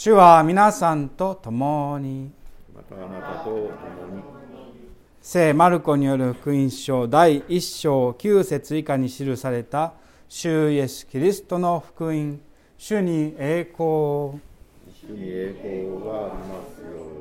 主は皆さんと共に。 またあなたと共に。 聖マルコによる福音書第1章9節以下に記された主イエスキリストの福音。主に栄光。 主に栄光がありますように。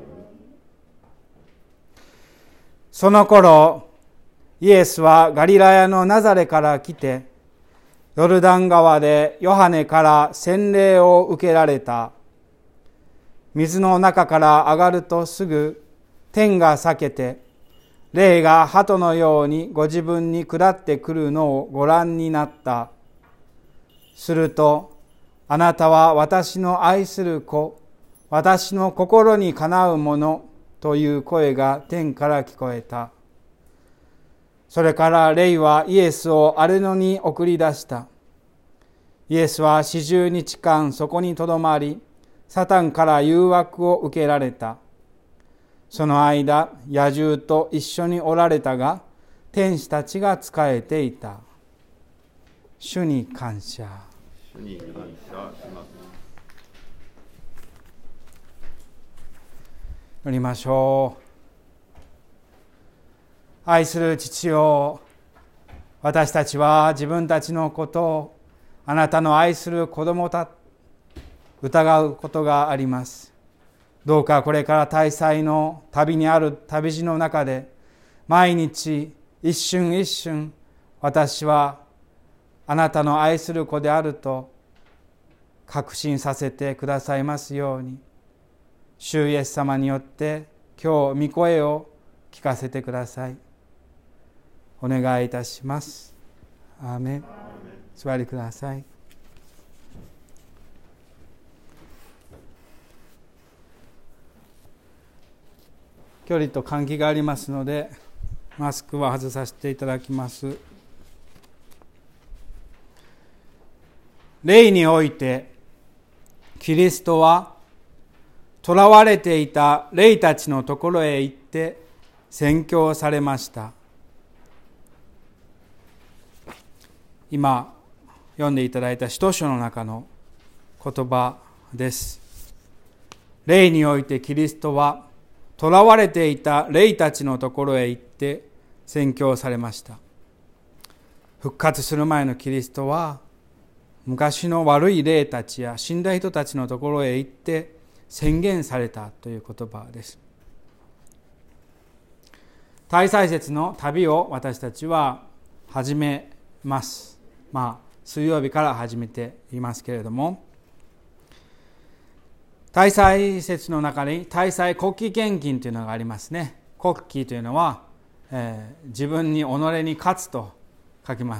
その頃、イエスはガリラヤのナザレから来て、ヨルダン川でヨハネから洗礼を受けられた。水の中から上がるとすぐ天が裂けて、霊が鳩のようにご自分に下ってくるのをご覧になった。すると、あなたは私の愛する子、私の心にかなうものという声が天から聞こえた。それから霊はイエスを荒野に送り出した。イエスは40日間そこにとどまり、サタンから誘惑を受けられた。その間、野獣と一緒におられたが、天使たちが仕えていた。主に感謝。 主に感謝します。 祈りましょう。愛する父よ、私たちは自分たちのことをあなたの愛する子供だ疑うことがあります。どうかこれから大祭の旅にある旅路の中で、毎日一瞬一瞬私はあなたの愛する子であると確信させてくださいますように、主イエス様によって今日御声を聞かせてください。お願いいたします。アーメン。座りください。距離と換気がありますので、マスクは外させていただきます。霊において、キリストは、囚われていた霊たちのところへ行って宣教されました。今読んでいただいた使徒書の中の言葉です。霊においてキリストは囚われていた霊たちのところへ行って宣教されました。復活する前のキリストは昔の悪い霊たちや死んだ人たちのところへ行って宣言されたという言葉です。大祭節の旅を私たちは始めます。水曜日から始めていますけれども、大祭節の中に大祭国旗献金というのがありますね。国旗というのは、自分に己に勝つと書きます。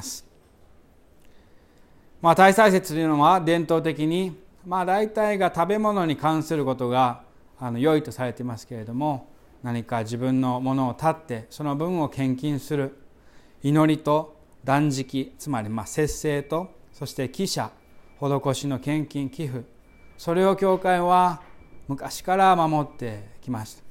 大祭節というのは伝統的に大体が食べ物に関することが良いとされていますけれども、何か自分のものを断ってその分を献金する、祈りと断食、つまり節制と、そして祈謝、施しの献金、寄付、それを教会は昔から守ってきました。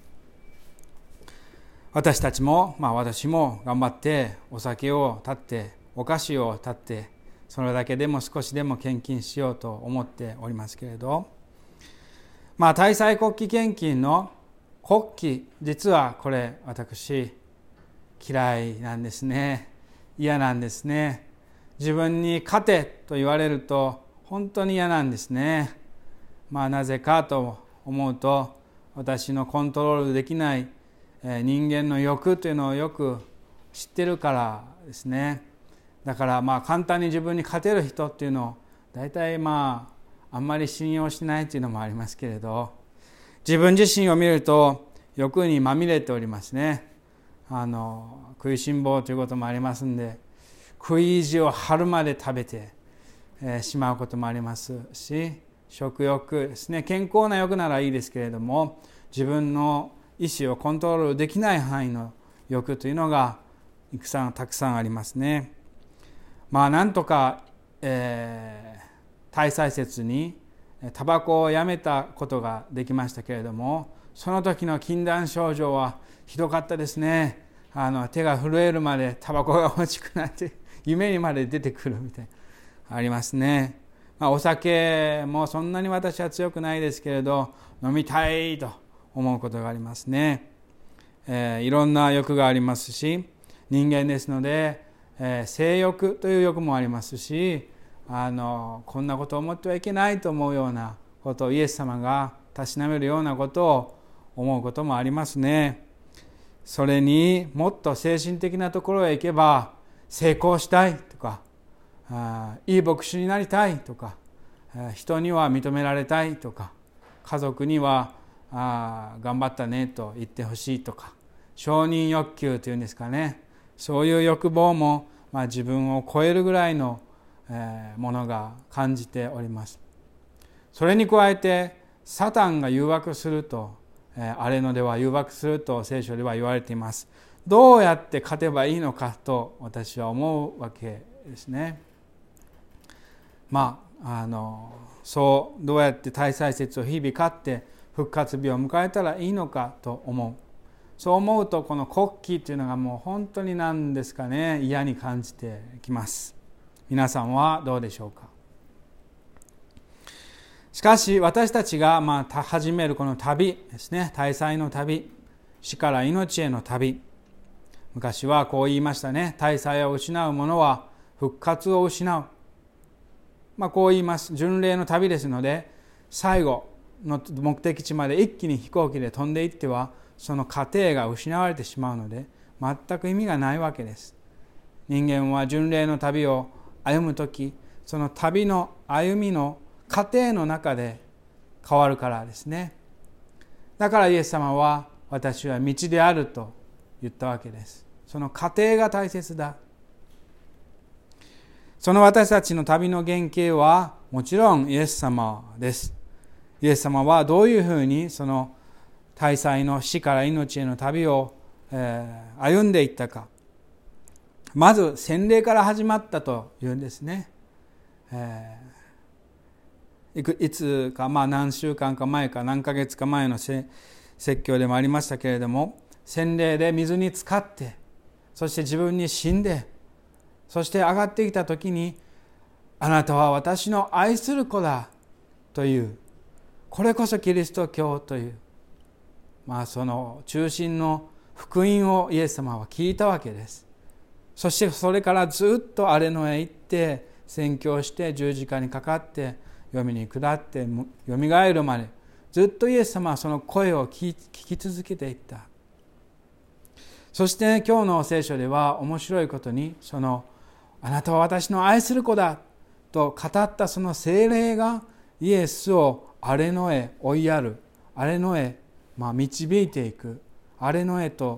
私たちも、私も頑張ってお酒を断ってお菓子を断ってそれだけでも少しでも献金しようと思っておりますけれど、大祭国旗献金の国旗、実はこれ私嫌いなんですね。嫌なんですね。自分に勝てと言われると本当に嫌なんですね。なぜかと思うと、私のコントロールできない人間の欲というのをよく知ってるからですね。だから簡単に自分に勝てる人っていうのを大体あんまり信用しないというのもありますけれど、自分自身を見ると欲にまみれておりますね。食いしん坊ということもありますんで、食い意地を張るまで食べてしまうこともありますし、食欲ですね。健康な欲ならいいですけれども、自分の意思をコントロールできない範囲の欲というのがたくさんありますね。なんとか、大祭節にタバコをやめたことができましたけれども、その時の禁断症状はひどかったですね。手が震えるまでタバコが欲しくなって夢にまで出てくるみたいなありますね。 お酒もそんなに私は強くないですけれど、飲みたいと思うことがありますね。いろんな欲がありますし、人間ですので、性欲という欲もありますし、こんなことを思ってはいけないと思うようなことをイエス様がたしなめるようなことを思うこともありますね。それにもっと精神的なところへ行けば、成功したいとか、いい牧師になりたいとか、人には認められたいとか、家族には頑張ったねと言ってほしいとか、承認欲求というんですかね、そういう欲望も、自分を超えるぐらいのものが感じております。それに加えてサタンが誘惑すると、荒れ野では誘惑すると聖書では言われています。どうやって勝てばいいのかと私は思うわけですね。そうどうやって大祭節を日々勝って復活日を迎えたらいいのかと思う。そう思うとこの国旗というのがもう本当に何ですかね、嫌に感じてきます。皆さんはどうでしょうか。しかし私たちが始めるこの旅ですね、大祭の旅、死から命への旅、昔はこう言いましたね。大祭を失う者は復活を失う。こう言います。巡礼の旅ですので、最後の目的地まで一気に飛行機で飛んでいってはその過程が失われてしまうので、全く意味がないわけです。人間は巡礼の旅を歩むとき、その旅の歩みの過程の中で変わるからですね。だからイエス様は私は道であると言ったわけです。その過程が大切だ。その私たちの旅の原型はもちろんイエス様です。イエス様はどういうふうにその大祭の死から命への旅を歩んでいったか。まず洗礼から始まったというんですね。いつか何週間か前か何ヶ月か前の説教でもありましたけれども、洗礼で水に浸かって、そして自分に死んで、そして上がってきた時に、あなたは私の愛する子だという、これこそキリスト教という、その中心の福音をイエス様は聞いたわけです。そしてそれからずっと荒れ野へ行って宣教して十字架にかかって読みに下ってよみがえるまで、ずっとイエス様はその声を聞き続けていった。そして、今日の聖書では面白いことに、そのあなたは私の愛する子だと語ったその聖霊がイエスを荒れ野へ追いやる、荒れ野へ導いていく、荒れ野へと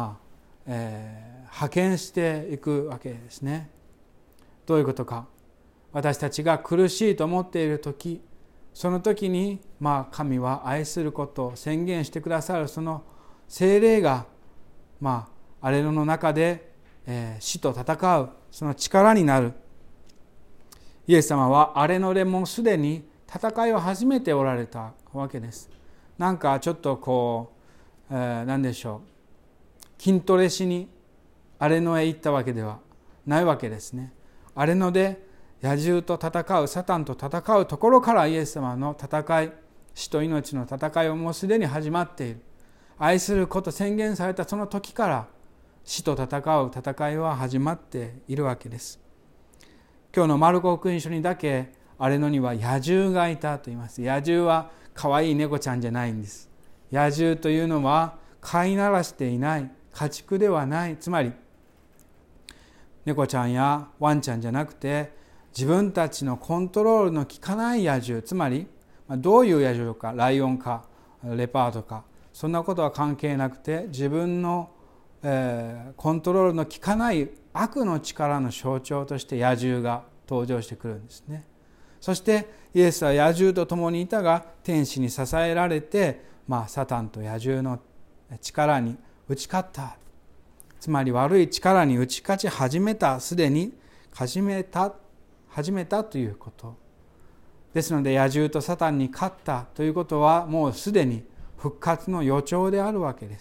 派遣していくわけですね。どういうことか。私たちが苦しいと思っている時、その時に神は愛することを宣言してくださるその聖霊が荒れ野の中で死と戦うその力になる。イエス様は荒れ野でもうすでに戦いを始めておられたわけです。なんかちょっと何でしょう、筋トレしに荒れ野へ行ったわけではないわけですね。荒れ野で野獣と戦う、サタンと戦うところからイエス様の戦い、死と命の戦いはもうすでに始まっている。愛すること宣言されたその時から死と戦う戦いは始まっているわけです。今日のマルコ福音書にだけ荒れ野には野獣がいたと言います。野獣は可愛い猫ちゃんじゃないんです。野獣というのは飼いならしていない家畜ではない、つまり猫ちゃんやワンちゃんじゃなくて、自分たちのコントロールの効かない野獣、つまりどういう野獣か、ライオンかレパードか、そんなことは関係なくて、自分の、コントロールの効かない悪の力の象徴として野獣が登場してくるんですね。そしてイエスは野獣と共にいたが、天使に支えられて、サタンと野獣の力に打ち勝った。つまり悪い力に打ち勝ち始めた、すでに始めたということですので、野獣とサタンに勝ったということはもうすでに復活の予兆であるわけです。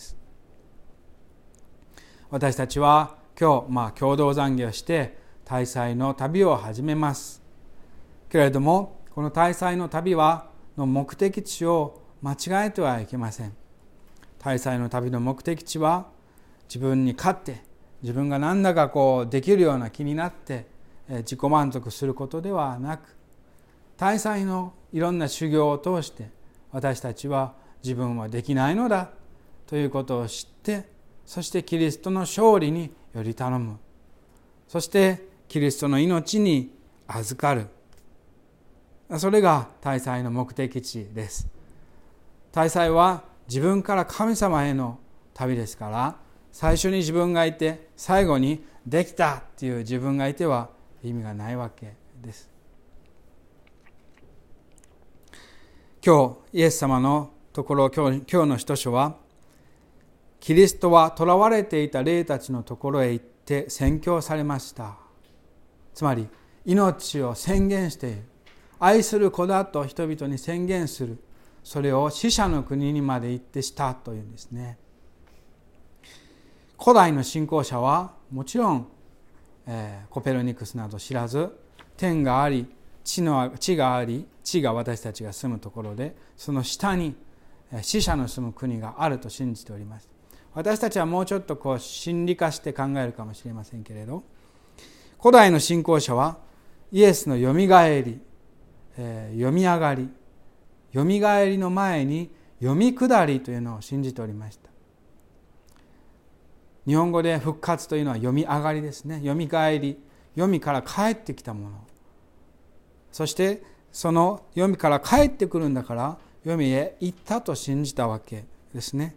私たちは今日共同懺悔をして大祭の旅を始めます。 けれども、この大祭の旅の目的地を間違えてはいけません。大祭の旅の目的地は、自分に勝って、自分が何だかできるような気になって自己満足することではなく、大祭のいろんな修行を通して私たちは自分はできないのだということを知って、そしてキリストの勝利により頼む、そしてキリストの命に預かる、それが大祭の目的地です。大祭は自分から神様への旅ですから、最初に自分がいて最後にできたっていう自分がいては意味がないわけです。今日イエス様のところ、今日の使徒書は、キリストは囚われていた霊たちのところへ行って宣教されました。つまり命を宣言している、愛する子だと人々に宣言する、それを死者の国にまで行ってしたというんですね。古代の信仰者はもちろん、コペルニクスなど知らず、天があり地があり、地が私たちが住むところで、その下に死者の住む国があると信じております。私たちはもうちょっと心理化して考えるかもしれませんけれど、古代の信仰者はイエスのよみがえり、よみ上がり、よみがえりの前によみ下りというのを信じておりました。日本語で復活というのはよみ上がりですね。よみがえり、よみから帰ってきたもの、そしてそのよみから帰ってくるんだからよみへ行ったと信じたわけですね。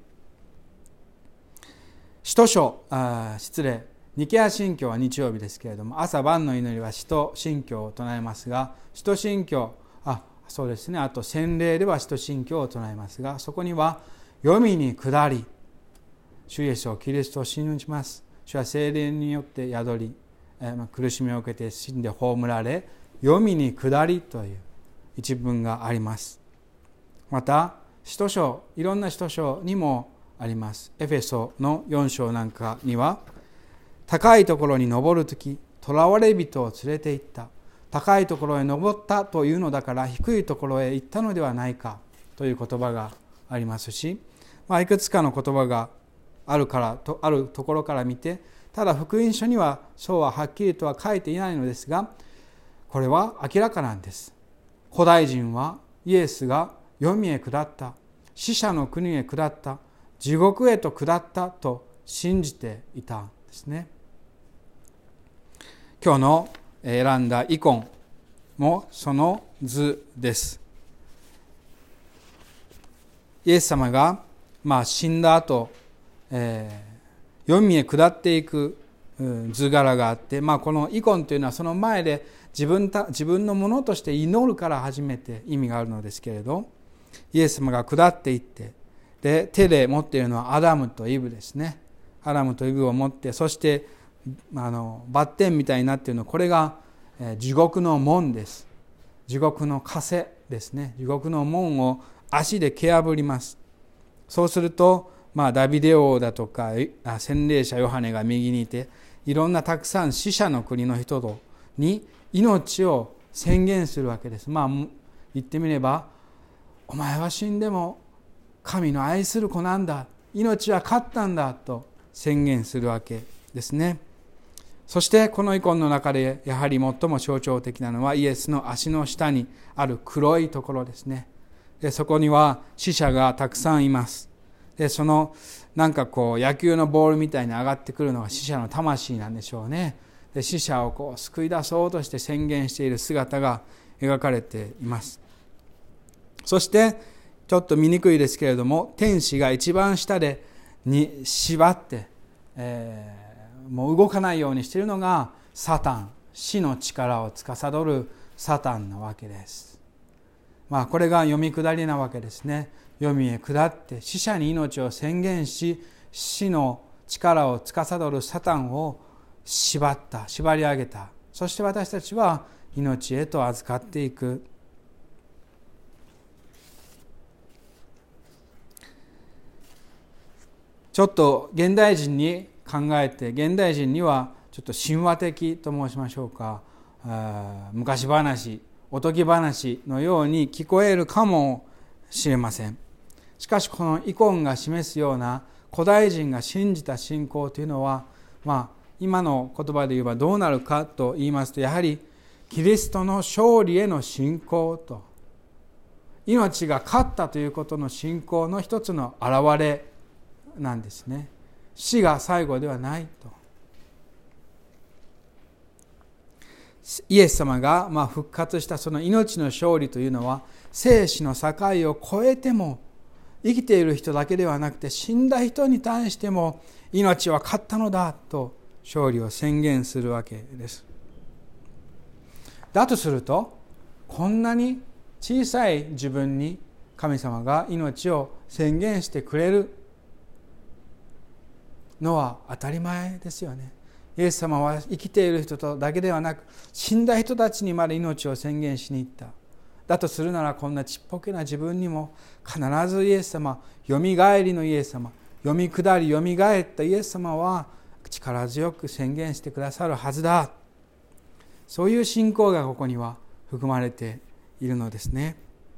使徒書、ニケア信教は日曜日ですけれども、朝晩の祈りは使徒信教を唱えますが、使徒信教、そうですね、あと洗礼では使徒信教を唱えますが、そこには黄泉に下り、主イエスをキリストを信じます、主は聖霊によって宿り、苦しみを受けて死んで葬られ、黄泉に下りという一文があります。また使徒書、いろんな使徒書にもあります。エフェソの4章なんかには、高いところに登るとき囚われ人を連れて行った、高いところへ登ったというのだから低いところへ行ったのではないかという言葉がありますし、いくつかの言葉があるところから見て、ただ福音書にはそうははっきりとは書いていないのですが、これは明らかなんです。古代人はイエスが黄泉へ下った、死者の国へ下った、地獄へと下ったと信じていたんですね。今日の選んだイコンもその図です。イエス様が死んだ後、黄泉へ下っていく図柄があって、このイコンというのはその前で自分のものとして祈るから初めて意味があるのですけれど、イエス様が下っていって、で手で持っているのはアダムとイブですね。アダムとイブを持って、そしてバッテンみたいになっているの、これが地獄の門です。地獄の枷ですね。地獄の門を足で蹴破ります。そうすると、ダビデ王だとか洗礼者ヨハネが右にいて、いろんなたくさん死者の国の人に命を宣言するわけです。言ってみれば、お前は死んでも神の愛する子なんだ、命は勝ったんだと宣言するわけですね。そしてこのイコンの中でやはり最も象徴的なのはイエスの足の下にある黒いところですね。でそこには死者がたくさんいます。でその野球のボールみたいに上がってくるのが死者の魂なんでしょうね。で死者を救い出そうとして宣言している姿が描かれています。そしてちょっと見にくいですけれども、天使が一番下で縛って、もう動かないようにしているのがサタン、死の力を司るサタンなわけです。これが読み下りなわけですね。読みへ下って死者に命を宣言し、死の力を司るサタンを縛り上げた。そして私たちは命へと預かっていく。ちょっと現代人に考えて、現代人にはちょっと神話的と申しましょうか、昔話おとぎ話のように聞こえるかもしれません。しかしこのイコンが示すような古代人が信じた信仰というのは、今の言葉で言えばどうなるかと言いますと、やはりキリストの勝利への信仰と、命が勝ったということの信仰の一つの表れなんですね。死が最後ではないと。イエス様が復活したその命の勝利というのは、生死の境を越えても生きている人だけではなくて、死んだ人に対しても命は勝ったのだと勝利を宣言するわけです。だとすると、こんなに小さい自分に神様が命を宣言してくれるのは当たり前ですよね。イエス様は生きている人だけではなく、死んだ人たちにまで命を宣言しに行った。だとするなら、こんなちっぽけな自分にも必ずイエス様、よみがえりのイエス様、よみ下りよみがえったイエス様は力強く宣言してくださるはずだ。そういう信仰がここには含まれているのですね。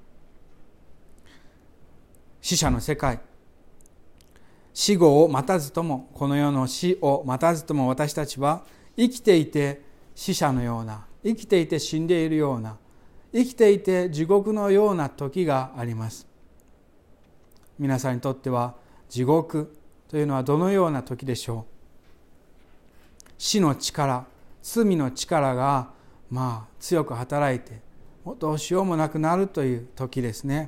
死者の世界、死後を待たずとも、この世の死を待たずとも、私たちは生きていて死者のような、生きていて死んでいるような、生きていて地獄のような時があります。皆さんにとっては地獄というのはどのような時でしょう。死の力、罪の力が強く働いて、もうどうしようもなくなるという時ですね。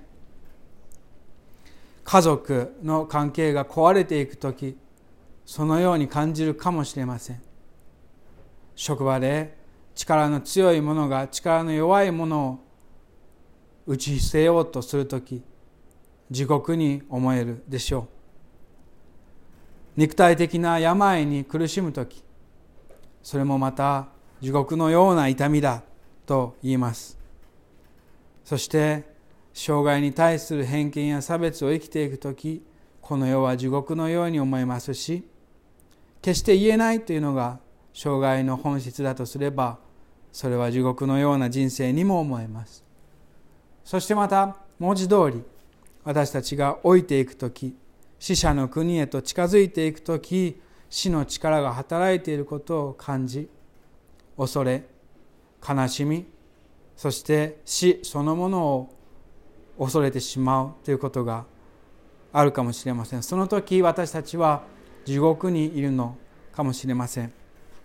家族の関係が壊れていくとき、そのように感じるかもしれません。職場で力の強い者が力の弱い者を打ち捨てようとするとき、地獄に思えるでしょう。肉体的な病に苦しむとき、それもまた地獄のような痛みだと言います。そして障害に対する偏見や差別を生きていくとき、この世は地獄のように思えますし、決して言えないというのが障害の本質だとすれば、それは地獄のような人生にも思えます。そしてまた文字通り、私たちが老いていくとき、死者の国へと近づいていくとき、死の力が働いていることを感じ、恐れ、悲しみ、そして死そのものを恐れてしまうということがあるかもしれません。その時私たちは地獄にいるのかもしれません。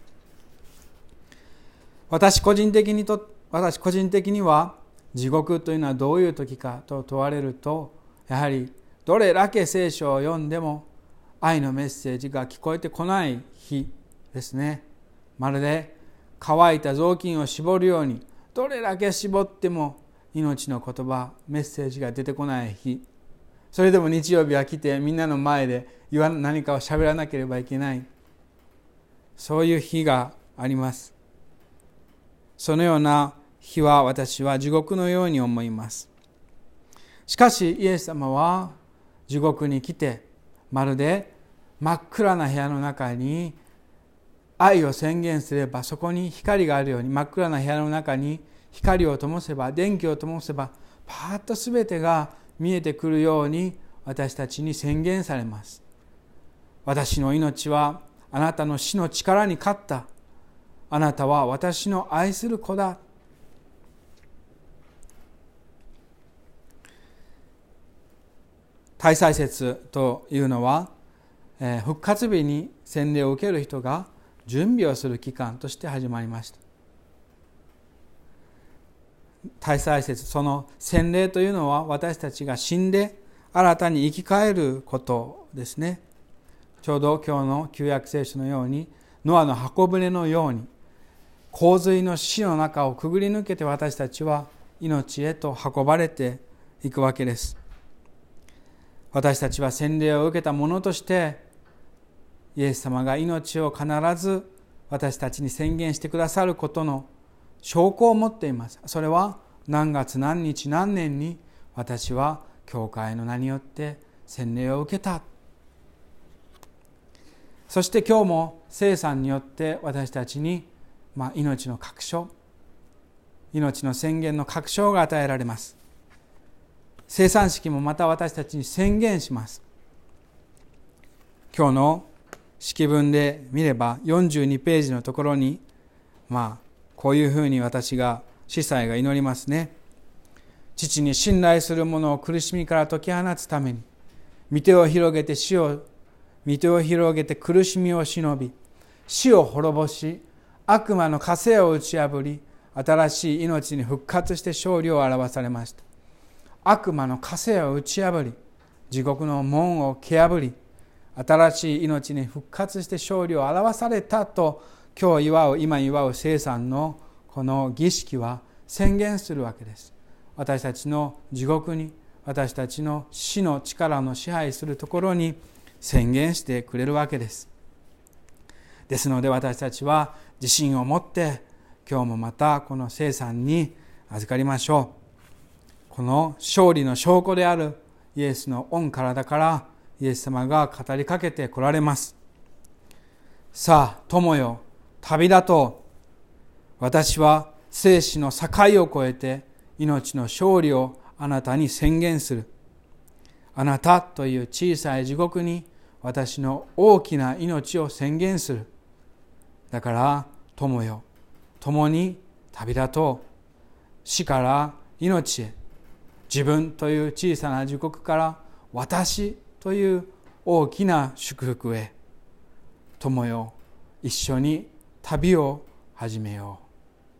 私個人的には地獄というのはどういう時かと問われると、やはりどれだけ聖書を読んでも愛のメッセージが聞こえてこない日ですね。まるで乾いた雑巾を絞るように、どれだけ絞っても命の言葉、メッセージが出てこない日。それでも日曜日は来て、みんなの前で何かを喋らなければいけない。そういう日があります。そのような日は私は地獄のように思います。しかしイエス様は地獄に来て、まるで真っ暗な部屋の中に愛を宣言すれば、そこに光があるように、真っ暗な部屋の中に光を灯せば、電気を灯せば、パーッとすべてが見えてくるように私たちに宣言されます。私の命はあなたの死の力に勝った。あなたは私の愛する子だ。大祭節というのは、復活日に洗礼を受ける人が準備をする期間として始まりました。大祭節、その洗礼というのは私たちが死んで新たに生き返ることですね。ちょうど今日の旧約聖書のように、ノアの箱舟のように洪水の死の中をくぐり抜けて私たちは命へと運ばれていくわけです。私たちは洗礼を受けた者としてイエス様が命を必ず私たちに宣言してくださることの証拠を持っています。それは何月何日何年に私は教会の名によって洗礼を受けた。そして今日も聖餐によって私たちに命の確証、 命の宣言の確証が与えられます。生産式もまた私たちに宣言します。今日の式文で見れば42ページのところに、こういうふうに私が司祭が祈りますね。父に信頼する者を苦しみから解き放つために、御手を広げて苦しみを忍び、死を滅ぼし、悪魔の枷を打ち破り、新しい命に復活して勝利を表されました。悪魔の枷を打ち破り、地獄の門を蹴破り、新しい命に復活して勝利を表されたと、今祝う聖餐のこの儀式は宣言するわけです。私たちの地獄に、私たちの死の力の支配するところに宣言してくれるわけです。ですので私たちは自信を持って今日もまたこの聖餐に預かりましょう。この勝利の証拠であるイエスの御体からイエス様が語りかけて来られます。さあ友よ、旅立とう。私は生死の境を越えて命の勝利をあなたに宣言する。あなたという小さい地獄に私の大きな命を宣言する。だから友よ、共に旅立とう。死から命へ、自分という小さな地獄から私という大きな祝福へ、友よ、一緒に旅を始めよう。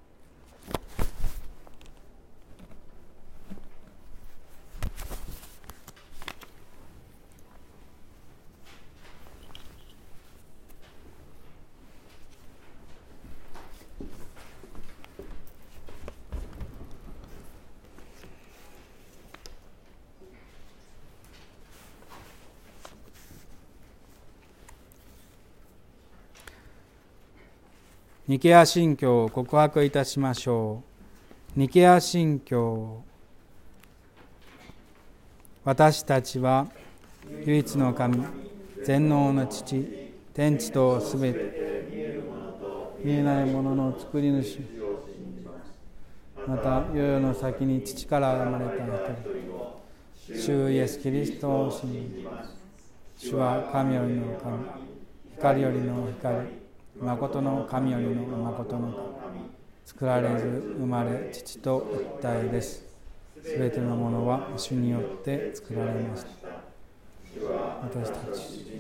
ニケア信教を告白いたしましょう。ニケア信教。私たちは唯一の神、全能の父、天地とすべて見えないものの作り主、また世々の先に父から生まれた一人、主イエスキリストを信じます。主は神よりの神、光よりの光、誠の神よりの誠の神、作られず生まれ父と一体です。すべてのものは主によって作られました。私たち